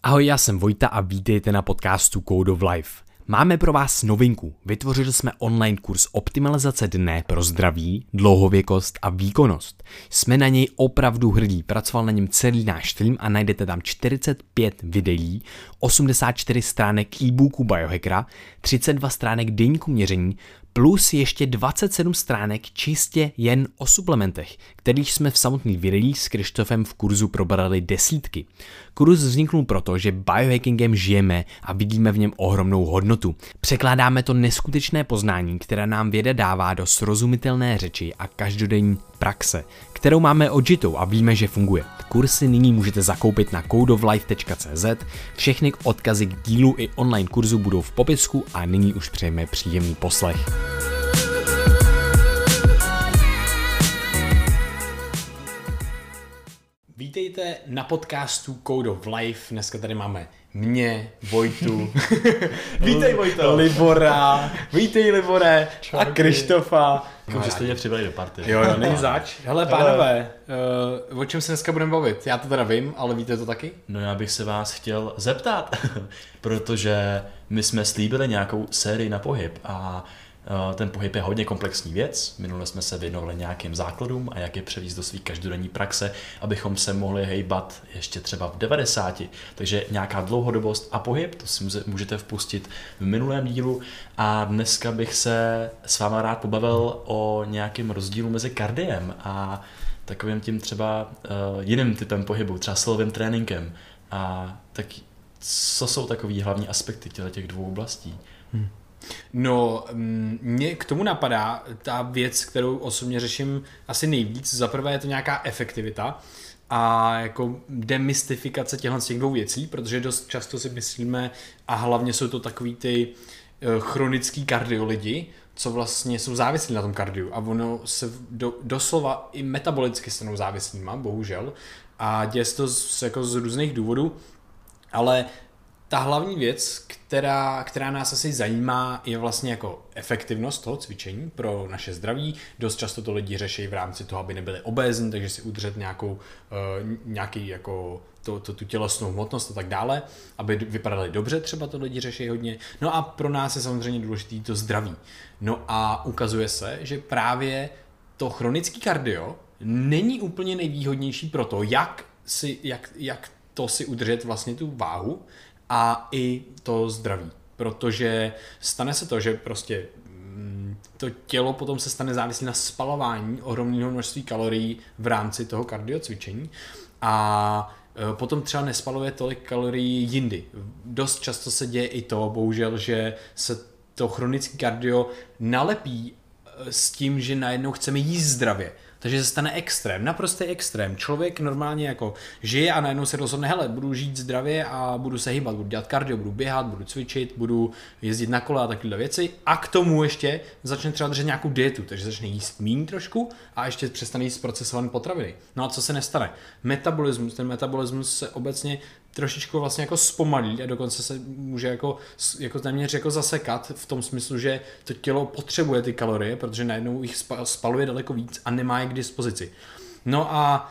Ahoj, já jsem Vojta a vítejte na podcastu Code of Life. Máme pro vás novinku. Vytvořili jsme online kurz optimalizace dne pro zdraví, dlouhověkost a výkonnost. Jsme na něj opravdu hrdí. Pracoval na něm celý náš tým a najdete tam 45 videí, 84 stránek e-booku biohackera, 32 stránek deníku měření, plus ještě 27 stránek čistě jen o suplementech, kterých jsme v samotných videích s Krištofem v kurzu probrali desítky. Kurz vzniknul proto, že biohackingem žijeme a vidíme v něm ohromnou hodnotu. Překládáme to neskutečné poznání, které nám věda dává do srozumitelné řeči a každodenní praxe, kterou máme odžitou a víme, že funguje. Kursy nyní můžete zakoupit na codeoflife.cz, všechny odkazy k dílu i online kurzu budou v popisku a nyní už přejeme příjemný poslech. Vítejte na podcastu Code of Life. Dneska tady máme mě, Vojtu, Vítej Vojto, Libora, vítej Libore a Krištofa. Že jste mě přibrali do party. Jo, není zač. Hele, pánové, o čem se dneska budeme bavit? Já to teda vím, ale víte to taky? No já bych se vás chtěl zeptat, protože my jsme slíbili nějakou sérii na pohyb a ten pohyb je hodně komplexní věc. Minule jsme se věnovali nějakým základům a jak je převíst do své každodenní praxe, abychom se mohli hejbat ještě třeba v 90. Takže nějaká dlouhodobost a pohyb, to si můžete vpustit v minulém dílu. A dneska bych se s váma rád pobavil o nějakém rozdílu mezi kardiem a takovým tím třeba jiným typem pohybu, třeba silovým tréninkem. A tak co jsou takový hlavní aspekty těch dvou oblastí? No, mě k tomu napadá ta věc, kterou osobně řeším asi nejvíc. Za prvé je to nějaká efektivita a jako demystifikace těch dvou věcí, protože dost často si myslíme, a hlavně jsou to takový ty chronický kardio lidi, co vlastně jsou závislí na tom kardiu a ono se doslova i metabolicky stanou závislýma, bohužel, a děje se to jako z různých důvodů, ale ta hlavní věc, která nás asi zajímá, je vlastně jako efektivnost toho cvičení pro naše zdraví. Dost často to lidi řeší v rámci toho, aby nebyli obézní, takže si udržet nějaký jako tu tělesnou hmotnost a tak dále, aby vypadali dobře, třeba to lidi řeší hodně. No a pro nás je samozřejmě důležité to zdraví. No a ukazuje se, že právě to chronický kardio není úplně nejvýhodnější pro to, jak to si udržet vlastně tu váhu a i to zdraví, protože stane se to, že prostě to tělo potom se stane závislé na spalování ohromného množství kalorií v rámci toho kardiocvičení a potom třeba nespaluje tolik kalorií jindy. Dost často se děje i to, bohužel, že se to chronické kardio nalepí s tím, že najednou chceme jíst zdravě. Takže se stane extrém, naprostý extrém. Člověk normálně jako žije a najednou se rozhodne, hele, budu žít zdravě a budu se hýbat, budu dělat kardio, budu běhat, budu cvičit, budu jezdit na kole a takovéhle věci. A k tomu ještě začne třeba držet nějakou dietu, takže začne jíst míň trošku a ještě přestane jíst procesované potraviny. No a co se nestane? Ten metabolismus se obecně trošičku vlastně jako zpomalí a dokonce se může jako téměř jako zasekat v tom smyslu, že to tělo potřebuje ty kalorie, protože najednou jich spaluje daleko víc a nemá je k dispozici. No a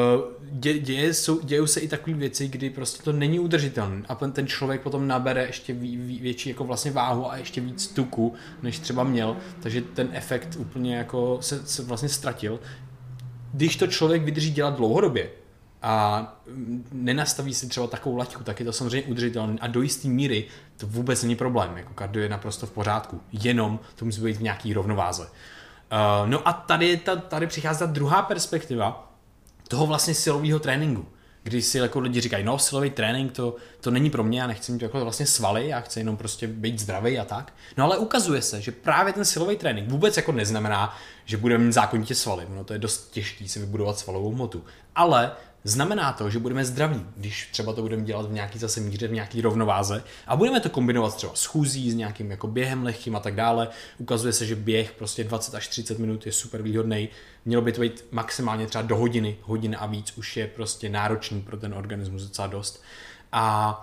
dějou se i takové věci, kdy prostě to není udržitelné a ten člověk potom nabere ještě větší jako vlastně váhu a ještě víc tuku, než třeba měl, takže ten efekt úplně jako se vlastně ztratil. Když to člověk vydrží dělat dlouhodobě, a nenastaví si třeba takovou laťku, tak je to samozřejmě udržitelné a do jisté míry to vůbec není problém, jako kardio je naprosto v pořádku, jenom to musí být v nějaký rovnováze. No a tady přichází ta druhá perspektiva toho vlastně silového tréninku, když si jako lidi říkají, no silový trénink to není pro mě, já nechci mít jako vlastně svaly, já chci jenom prostě být zdravý a tak. No ale ukazuje se, že právě ten silový trénink vůbec jako neznamená, že budeme mít zákonitě svaly, no to je dost těžký si vybudovat svalovou hmotu, ale znamená to, že budeme zdraví, když třeba to budeme dělat v nějaký zase míře, v nějaký rovnováze a budeme to kombinovat třeba s chůzí, s nějakým jako během lehkým a tak dále. Ukazuje se, že běh prostě 20 až 30 minut je super výhodný. Mělo by to být maximálně třeba do hodiny a víc už je prostě náročný pro ten organismus docela dost. A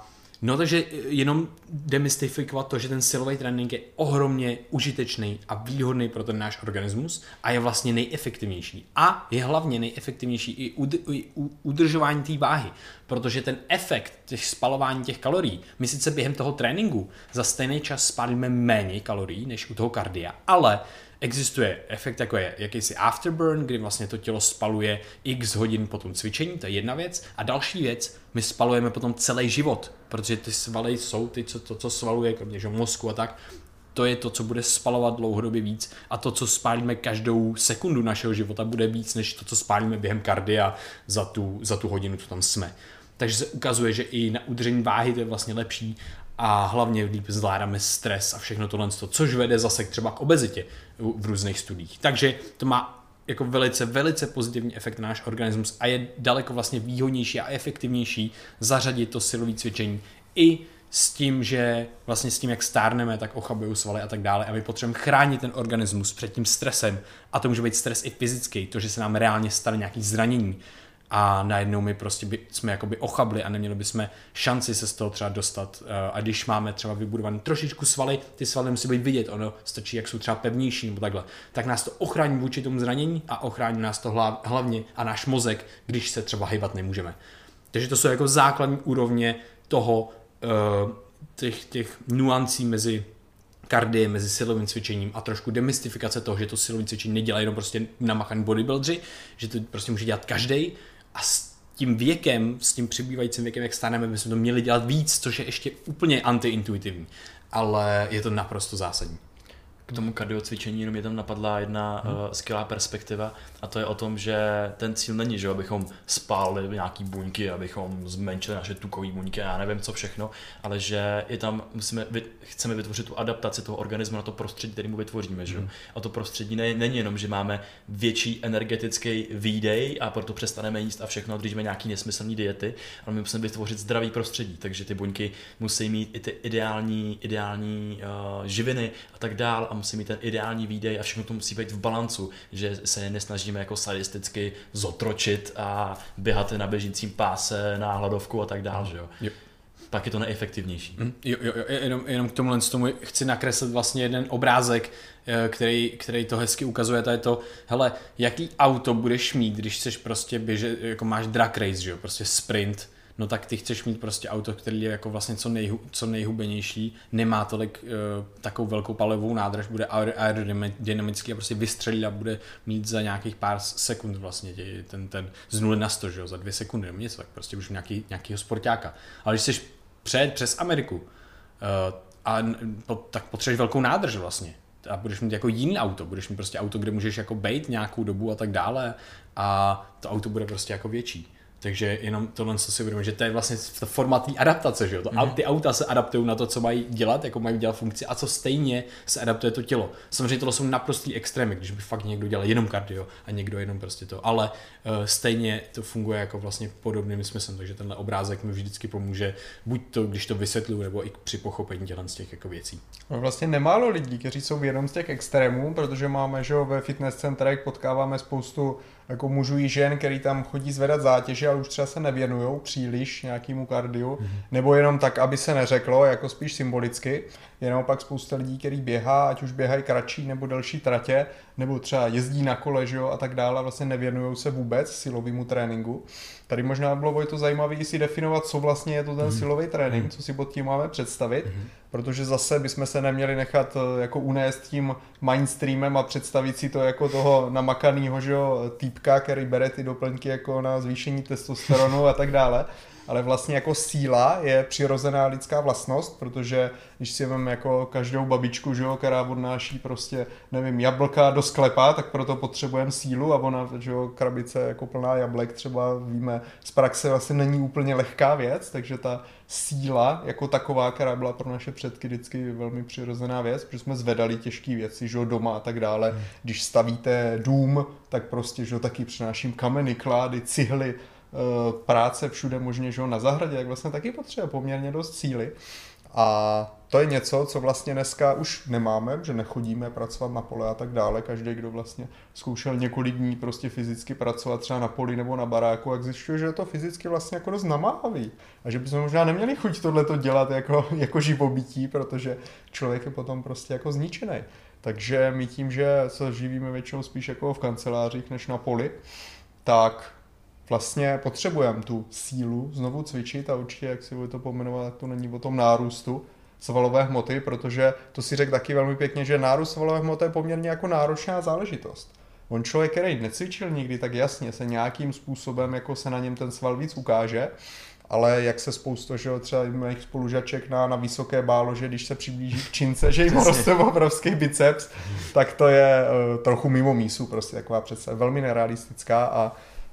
No takže jenom demystifikovat to, že ten silový trénink je ohromně užitečný a výhodný pro ten náš organismus a je vlastně nejefektivnější. A je hlavně nejefektivnější i udržování té váhy, protože ten efekt těch spalování těch kalorií, my sice během toho tréninku za stejný čas spálíme méně kalorií než u toho kardia, ale existuje efekt, jako je jakýsi afterburn, kdy vlastně to tělo spaluje x hodin po tom cvičení, to je jedna věc. A další věc, my spalujeme potom celý život, protože ty svaly jsou ty, co svaluje, kromě mozku a tak, to je to, co bude spalovat dlouhodobě víc a to, co spálíme každou sekundu našeho života, bude víc, než to, co spálíme během kardia za tu hodinu, co tam jsme. Takže se ukazuje, že i na udržení váhy to je vlastně lepší a hlavně líp zvládáme stres a všechno tohle, což vede zase třeba k obezitě v různých studiích. Takže to má jako velice, velice pozitivní efekt na náš organismus a je daleko vlastně výhodnější a efektivnější zařadit to silové cvičení i s tím, že vlastně s tím, jak stárneme, tak ochabují svaly a tak dále a my potřebujeme chránit ten organismus před tím stresem a to může být stres i fyzický, to, že se nám reálně stane nějaký zranění a najednou my prostě jsme jakoby ochabli a neměli bychom šanci se z toho třeba dostat. A když máme třeba vybudovaný trošičku svaly, ty svaly musí být vidět, ono stačí, jak jsou třeba pevnější nebo takhle, tak nás to ochrání vůči tomu zranění a ochrání nás to hlavně a náš mozek, když se třeba hýbat nemůžeme. Takže to jsou jako základní úrovně toho, těch nuancí mezi kardiem, mezi silovým cvičením a trošku demystifikace toho, že to silové cvičení nedělají jenom prostě namachaný bodybuildři, že to prostě může dělat každej a s tím věkem, s tím přibývajícím věkem, jak staneme, bychom to měli dělat víc, což je ještě úplně antiintuitivní, ale je to naprosto zásadní. K tomu kardiocvičení jenom mě tam napadla jedna skvělá perspektiva a to je o tom, že ten cíl není, že abychom spálili nějaký buňky, abychom zmenšili naše tukové buňky a já nevím co všechno, ale že je tam chceme vytvořit tu adaptaci toho organismu na to prostředí, který mu vytvoříme. Že? A to prostředí není jenom, že máme větší energetický výdej a proto přestaneme jíst a všechno, když máme nějaký nesmyslný diety, ale my musíme vytvořit zdravý prostředí, takže ty buňky musí mít i ty ideální živiny a tak dál. A musí mít ten ideální výdej a všechno to musí být v balancu, že se nesnažíme jako sadisticky zotročit a běhat na běžícím páse na hladovku a tak dále, že jo. Pak je to neefektivnější. Jenom k tomu chci nakreslit vlastně jeden obrázek, který to hezky ukazuje, to je to, hele, jaký auto budeš mít, když chceš prostě běžet, jako máš drag race, že jo, prostě sprint, no tak ty chceš mít prostě auto, který je jako vlastně co nejhubenější, nemá tolik takovou velkou palivovou nádrž, bude aerodynamický a prostě vystřelí a bude mít za nějakých pár sekund vlastně ten z 0 na 100, že jo, za 2 sekundy nebo něco, tak prostě už nějakýho sportáka. Ale když chceš přejet přes Ameriku, tak potřebuješ velkou nádrž vlastně. A budeš mít jako jiný auto, budeš mít prostě auto, kde můžeš jako bejt nějakou dobu a tak dále a to auto bude prostě jako větší. Takže jenom tohle si uvědomím, že to je vlastně forma té adaptace, že jo? Ty auta se adaptují na to, co mají dělat, jako mají dělat funkci a co stejně se adaptuje to tělo. Samozřejmě tohle jsou naprostý extrémy, když by fakt někdo dělal jenom kardio a někdo jenom prostě to, ale stejně to funguje jako vlastně podobným smyslem, takže tenhle obrázek mi vždycky pomůže, buď to, když to vysvětluju, nebo i při pochopení z těch jako věcí. Vlastně nemálo lidí, kteří jsou vědom z těch extrémů, protože máme, že ve fitness centrech potkáváme spoustu jako mužů i žen, který tam chodí zvedat zátěže, ale už třeba se nevěnujou příliš nějakému kardiu, nebo jenom tak, aby se neřeklo, jako spíš symbolicky. Je naopak spousta lidí, který běhá, ať už běhají kratší nebo delší tratě, nebo třeba jezdí na kole, že jo, a tak dále, vlastně nevěnují se vůbec silovému tréninku. Tady možná bylo, Vojto, zajímavé si definovat, co vlastně je to ten silový trénink, co si pod tím máme představit, protože zase bychom se neměli nechat jako unést tím mainstreamem a představit si to jako toho namakanýho, že jo, týpka, který bere ty doplňky jako na zvýšení testosteronu a tak dále. Ale vlastně jako síla je přirozená lidská vlastnost, protože když si vezmeme jako každou babičku, že jo, která odnáší prostě, nevím, jablka do sklepa, tak proto potřebujeme sílu a ona, že jo, krabice jako plná jablek třeba víme z praxe vlastně není úplně lehká věc, takže ta síla jako taková, která byla pro naše předky vždycky velmi přirozená věc, protože jsme zvedali těžké věci, že jo, doma a tak dále. Když stavíte dům, tak prostě, že jo, taky přináším kameny, klády, cihly, práce všude možně, že jo, na zahradě, tak vlastně taky potřebuje poměrně dost síly. A to je něco, co vlastně dneska už nemáme, že nechodíme pracovat na pole a tak dále. Každý, kdo vlastně zkoušel několik dní prostě fyzicky pracovat třeba na poli nebo na baráku, tak zjišťuje, že je to fyzicky vlastně jako dost namáhavý. A že bychom možná neměli chuť tohleto dělat jako živobytí, protože člověk je potom prostě jako zničený. Takže my tím, že se živíme většinou spíš jako v kancelářích než na poli, tak vlastně potřebujeme tu sílu znovu cvičit a určitě, jak si to pojmenovat, tak to není o tom nárůstu svalové hmoty, protože to si řekl taky velmi pěkně, že nárůst svalové hmoty je poměrně jako náročná záležitost. On člověk, který necvičil nikdy, tak jasně se nějakým způsobem jako se na něm ten sval víc ukáže, ale jak se spousta, že třeba mých spolužaček na vysoké bálo, že když se přiblíží k čince, že jim roste obrovský biceps, tak to je trochu mimo mísu, prostě taková představa, velmi nerealistická a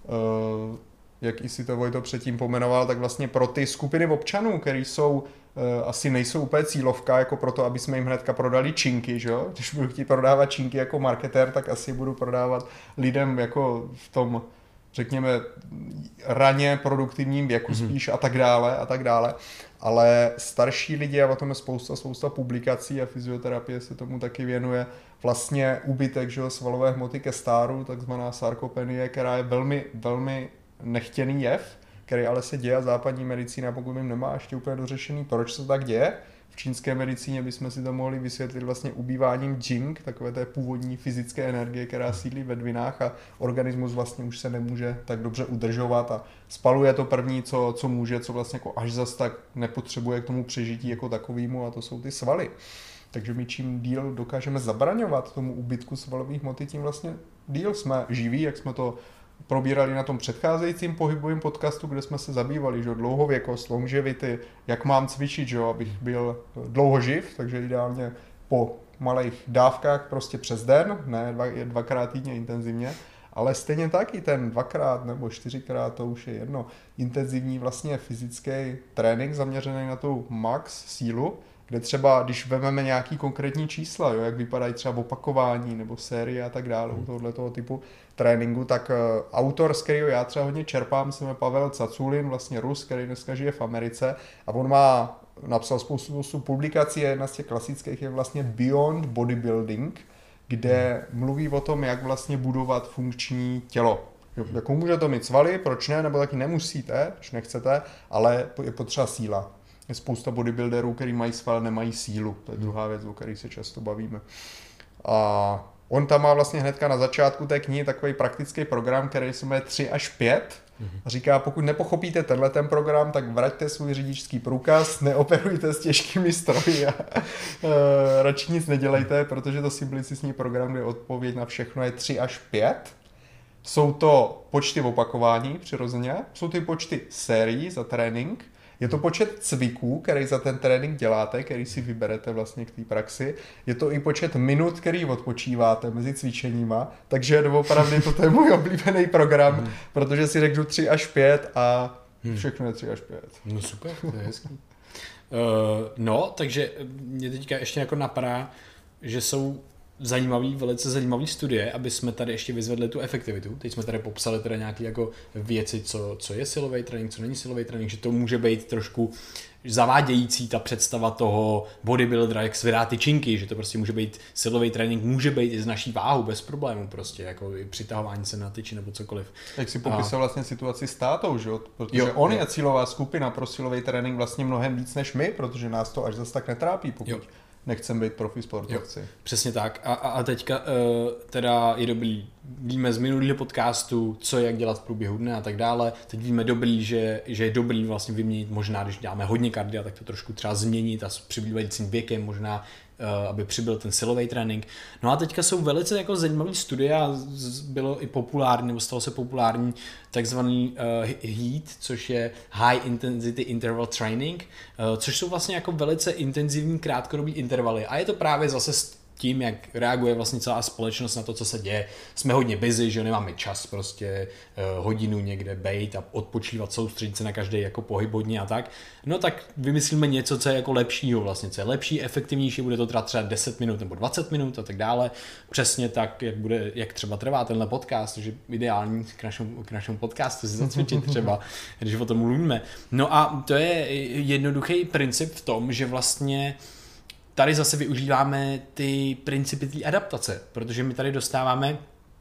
jak i si to Vojto předtím pomenoval, tak vlastně pro ty skupiny občanů, který jsou asi nejsou úplně cílovka, jako proto, aby jsme jim hnedka prodali činky, že jo? Když budu chtít prodávat činky jako marketér, tak asi budu prodávat lidem jako v tom, řekněme, raně produktivním věku spíš a tak dále. Ale starší lidi, a o tom je spousta publikací a fyzioterapie se tomu taky věnuje, vlastně úbytek, že jo, svalové hmoty ke stáru, takzvaná sarkopenie, která je velmi, velmi nechtěný jev, který ale se děje a západní medicína, pokud jim nemá ještě úplně dořešený, proč se tak děje. V čínské medicíně bychom si to mohli vysvětlit vlastně ubýváním jing, takové té původní fyzické energie, která sídlí ve dvinách a organismus vlastně už se nemůže tak dobře udržovat a spaluje to první, co může, co vlastně jako až zas tak nepotřebuje k tomu přežití jako takovému a to jsou ty svaly. Takže my čím díl dokážeme zabraňovat tomu úbytku svalových hmoty, tím vlastně díl jsme živí, jak jsme to probírali na tom předcházejícím pohybovém podcastu, kde jsme se zabývali, že dlouhověkost, longevity, jak mám cvičit, že abych byl dlouhoživ, takže ideálně po malých dávkách prostě přes den, ne dvakrát týdně intenzivně, ale stejně tak i ten 2x nebo 4x, to už je jedno, intenzivní vlastně fyzický trénink zaměřený na tu max sílu, kde třeba, když vezmeme nějaký konkrétní čísla, jo, jak vypadají třeba opakování nebo série a tak dále u tohoto typu tréninku, tak autor, z kterého já třeba hodně čerpám, se jmenuje Pavel Tsaculin, vlastně Rus, který dneska žije v Americe a on napsal spoustu publikací a jedna z těch klasických je vlastně Beyond Bodybuilding, kde mluví o tom, jak vlastně budovat funkční tělo. Jako může to mít svaly, proč ne, nebo taky nemusíte, když nechcete, ale je potřeba síla. Je spousta bodybuilderů, který mají sval, nemají sílu. To je druhá věc, o které se často bavíme. A on tam má vlastně hnedka na začátku té knihy takový praktický program, který se jmenuje 3 až 5. A říká, pokud nepochopíte ten program, tak vraťte svůj řidičský průkaz, neoperujte s těžkými stroji a radši nic nedělejte, protože to simplicistní program, kde odpověď na všechno je 3 až 5. Jsou to počty opakování přirozeně, jsou ty počty sérií za trénink, je to počet cviků, který za ten trénink děláte, který si vyberete vlastně k té praxi. Je to i počet minut, který odpočíváte mezi cvičeníma. Takže opravdu to je můj oblíbený program, protože si řeknu 3 až 5 a všechno je 3 až 5. No super, to je hezký. Takže mě teďka ještě jako napadá, že jsou velice zajímavý studie, aby jsme tady ještě vyzvedli tu efektivitu. Teď jsme tady popsali teda nějaké jako věci, co je silový trénink, co není silový trénink, že to může být trošku zavádějící ta představa toho bodybuildera, jak zvedá ty činky, že to prostě může být silový trénink, může být i z naší váhu bez problémů prostě, jako i přitahování se na tyči nebo cokoliv. Jak si popisal vlastně situaci s tátou, že? Protože on je cílová skupina pro silový trénink vlastně mnohem víc než my, protože nás to až zase tak netrápí, pokud nechceme být profi sportovci. Přesně tak. A teďka teda je dobrý, víme z minulého podcastu, co jak dělat v průběhu dne a tak dále. Teď víme že je dobrý vlastně vyměnit, možná když děláme hodně kardia, tak to trošku třeba změnit a s přibývajícím věkem možná, aby přibyl ten silový trénink. No a teďka jsou velice jako zajímavé studie a bylo i populární, nebo stalo se populární takzvaný HIIT, což je High Intensity Interval Training, což jsou vlastně jako velice intenzivní krátkodobý intervaly. A je to právě zase tím, jak reaguje vlastně celá společnost na to, co se děje. Jsme hodně busy, že nemáme čas prostě hodinu někde bejt a odpočívat, soustředit se na každý jako pohyb hodně a tak. No tak vymyslíme něco, co je jako lepšího vlastně, co je lepší, efektivnější, bude to trvat třeba 10 minut nebo 20 minut a tak dále. Přesně tak, jak třeba trvá tenhle podcast, takže ideální k našemu podcastu si zacvičit třeba, když o tom mluvíme. No a to je jednoduchý princip v tom, že vlastně tady zase využíváme ty principy té adaptace, protože my tady dostáváme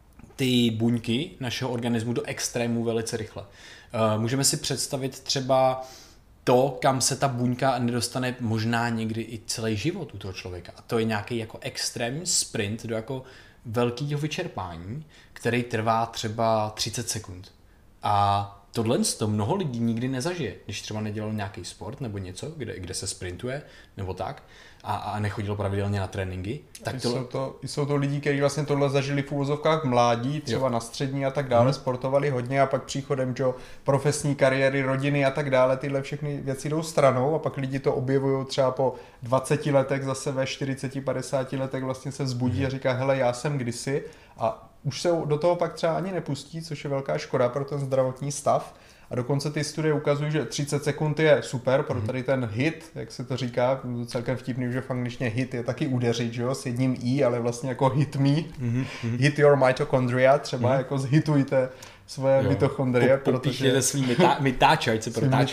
ty buňky našeho organismu do extrému velice rychle. Můžeme si představit třeba to, kam se ta buňka nedostane možná někdy i celý život u toho člověka. A to je nějaký jako extrémní sprint do jako velkého vyčerpání, který trvá třeba 30 sekund. A tohle to mnoho lidí nikdy nezažije, když třeba nedělal nějaký sport nebo něco, kde se sprintuje nebo tak a nechodilo pravidelně na tréninky. Tak jsou to lidi, kteří vlastně tohle zažili v úvozovkách mládí, třeba na střední a tak dále, sportovali hodně a pak příchodem profesní kariéry, rodiny a tak dále, tyhle všechny věci jdou stranou a pak lidi to objevují třeba po 20 letech, zase ve 40-50 letech vlastně se vzbudí a říká, hele, já jsem kdysi a už se do toho pak třeba ani nepustí, což je velká škoda pro ten zdravotní stav. A dokonce ty studie ukazují, že 30 sekund je super pro tady ten hit, jak se to říká, celkem vtipný, že v angličtině hit je taky udeřit, že jo, s jedním i, ale vlastně jako hit me, hit your mitochondria, třeba jako zhitujte svoje mitochondrie, protože svý mytáče, ať se protáčí.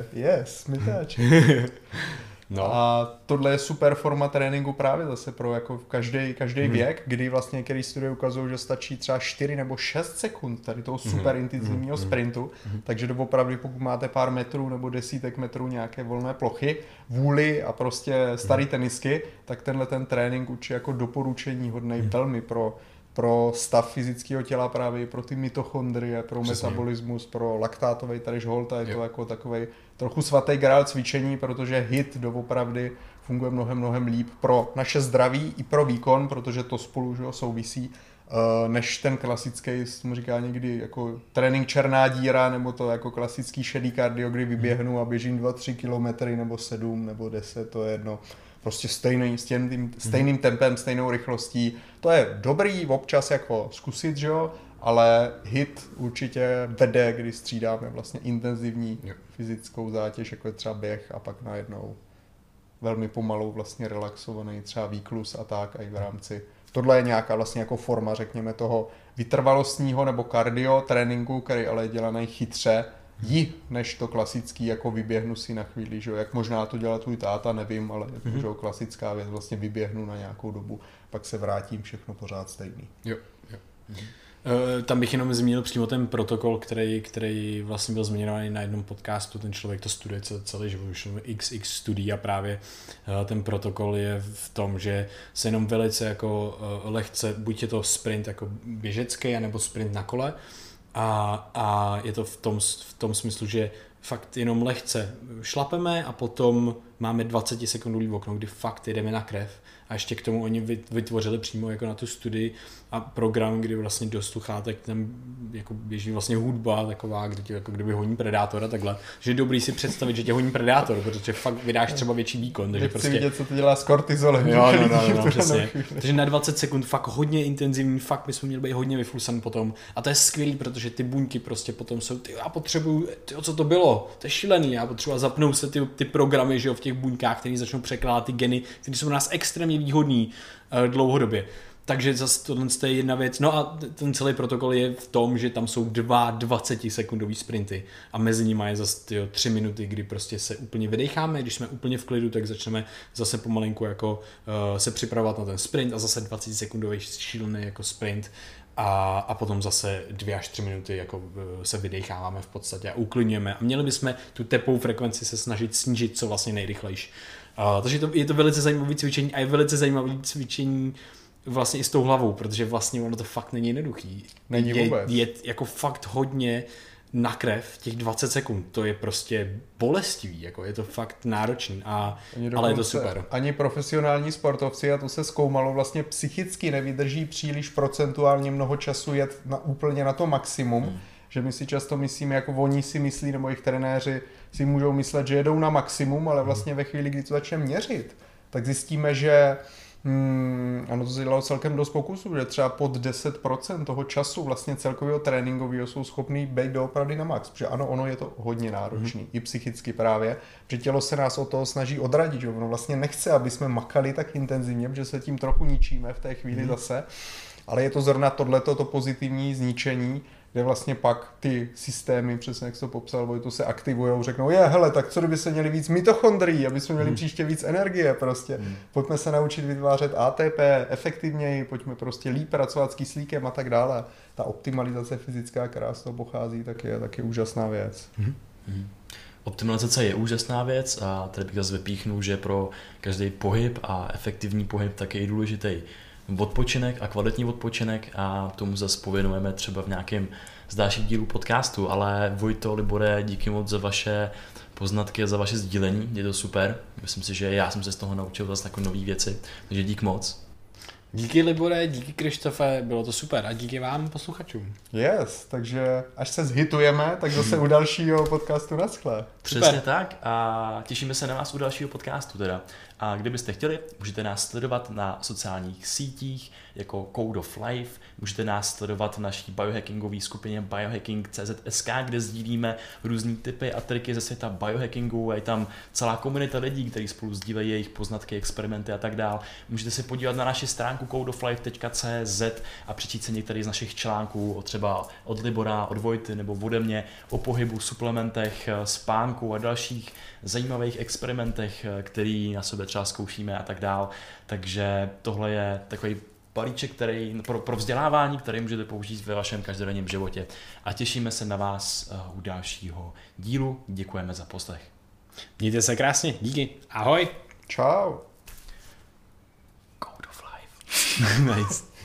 Mytáče. No. A tohle je super forma tréninku právě zase pro jako každý věk, kdy vlastně některé studie ukazují, že stačí třeba 4 nebo 6 sekund tady toho super intenzivního sprintu, takže doopravdy pokud máte pár metrů nebo desítek metrů nějaké volné plochy, vůli a prostě starý tenisky, tak tenhle ten trénink určitě jako doporučení hodnej velmi pro stav fyzického těla, právě pro ty mitochondrie, pro metabolismus, pro laktátový tady žholta, je to jako takovej trochu svatý grál cvičení, protože HIIT doopravdy funguje mnohem líp pro naše zdraví i pro výkon, protože to spolu souvisí, než ten klasický, tomu říká někdy jako trénink černá díra, nebo to jako klasický šedý kardio, kdy vyběhnu a běžím 2-3 kilometry, nebo 7, nebo 10, to je jedno. Prostě stejným tempem, stejnou rychlostí. To je dobrý občas jako zkusit, že jo? Ale HIIT určitě vede, když střídáme vlastně intenzivní fyzickou zátěž, jako je třeba běh a pak najednou velmi pomalou vlastně relaxovaný třeba výklus a tak a i v rámci. Tohle je nějaká vlastně jako forma, řekněme, toho vytrvalostního nebo kardio tréninku, který ale je dělaný chytře, než to klasický, jako vyběhnu si na chvíli, že jo, jak možná to dělá tvůj táta, nevím, ale že jo, klasická věc, vlastně vyběhnu na nějakou dobu, pak se vrátím, všechno pořád stejný. Jo. Tam bych jenom zmínil přímo ten protokol, který vlastně byl zmiňovaný na jednom podcastu, ten člověk to studuje celý život, už XX studií a právě ten protokol je v tom, že se jenom velice jako lehce, buď je to sprint jako běžecký, anebo sprint na kole, a je to v tom smyslu, že fakt jenom lehce šlapeme a potom máme 20 sekundový okno, kdy fakt jedeme na krev. A ještě k tomu oni vytvořili přímo jako na tu studii a program, kdy vlastně do sluchátek tam jako běží vlastně hudba taková, kde tě jako kdyby honí predátora takhle. Že je dobrý si představit, že tě honí predátor, protože fakt vydáš třeba větší výkon. Takže prostě vidět, co to dělá s kortizolem. No, přesně. Takže na 20 sekund fakt hodně intenzivní, fakt my jsme měli být hodně vyflusan potom. A to je skvělý, protože ty buňky prostě potom jsou, já potřebuju, co to bylo, to je šílený, já potřebuji zapnout se ty programy, že jo, v těch buňkách, které začnou překládat ty geny, které jsou u nás extrémně výhodný dlouhodobě. Takže zase tohle je jedna věc. No a ten celý protokol je v tom, že tam jsou 20-sekundový sprinty a mezi nimi je zase 3 minuty, kdy prostě se úplně vydecháme, když jsme úplně v klidu, tak začneme zase pomalinku jako se připravovat na ten sprint a zase 20-sekundový šílený jako sprint a potom zase 2 až 3 minuty jako se vydecháváme v podstatě a uklidňujeme a měli bychom tu tepovou frekvenci se snažit snížit co vlastně nejrychlejší. Takže je to velice zajímavé cvičení a je velice zajímavé cvičení vlastně i s tou hlavou, protože vlastně ono to fakt není jednoduchý. Není vůbec. Je jako fakt hodně na krev těch 20 sekund. To je prostě bolestivý, jako je to fakt náročný, ale je to super. Ani profesionální sportovci, a to se zkoumalo, vlastně psychicky nevydrží příliš procentuálně mnoho času jet úplně na to maximum, že my si často myslíme, jako oni si myslí, nebo jejich trenéři si můžou myslet, že jedou na maximum, ale vlastně ve chvíli, kdy to začneme měřit, tak zjistíme, že Ano, to se dělalo celkem dost pokusů, že třeba pod 10% toho času vlastně celkového tréninkového jsou schopný být doopravdy na max, protože ano, ono je to hodně náročný, i psychicky právě, že tělo se nás o toho snaží odradit, že ono vlastně nechce, aby jsme makali tak intenzivně, protože se tím trochu ničíme v té chvíli zase, ale je to zrovna tohleto, to pozitivní zničení, kde vlastně pak ty systémy, přesně jak jsi to popsal, Vojtu, se aktivujou, řeknou, hele, tak co kdyby se měli víc mitochondrií, aby jsme měli příště víc energie prostě. Pojďme se naučit vytvářet ATP efektivněji, pojďme prostě líp pracovat s kyslíkem a tak dále. Ta optimalizace fyzická, která z toho pochází, tak je úžasná věc. Optimalizace je úžasná věc a tady bych zase vypíchnul, že pro každý pohyb a efektivní pohyb tak je i důležitý odpočinek a kvalitní odpočinek a tomu zase pověnujeme třeba v nějakém z dalších dílů podcastu, ale Vojto, Libore, díky moc za vaše poznatky a za vaše sdílení, je to super. Myslím si, že já jsem se z toho naučil zase takové nové věci, takže dík moc. Díky Libore, díky Krištofe, bylo to super a díky vám posluchačům. Yes, takže až se zhitujeme, tak zase u dalšího podcastu naschle. Přesně tak a těšíme se na vás u dalšího podcastu teda. A kdybyste chtěli, můžete nás sledovat na sociálních sítích jako Code of Life, můžete nás sledovat v naší biohackingové skupině biohacking.cz.sk, kde sdílíme různý typy a triky ze světa biohackingu a je tam celá komunita lidí, kteří spolu sdílejí jejich poznatky, experimenty a tak dál. Můžete se podívat na naši stránku codeoflife.cz a přečíst se některý z našich článků, třeba od Libora, od Vojty nebo ode mě o pohybu, suplementech, spánku a dalších zajímavých experimentech, který na sobě třeba zkoušíme a tak dál. Takže tohle je takový balíček, který pro vzdělávání, který můžete použít ve vašem každodenním životě. A těšíme se na vás u dalšího dílu. Děkujeme za poslech. Mějte se krásně, díky, ahoj. Čau. Code of Life. Nice.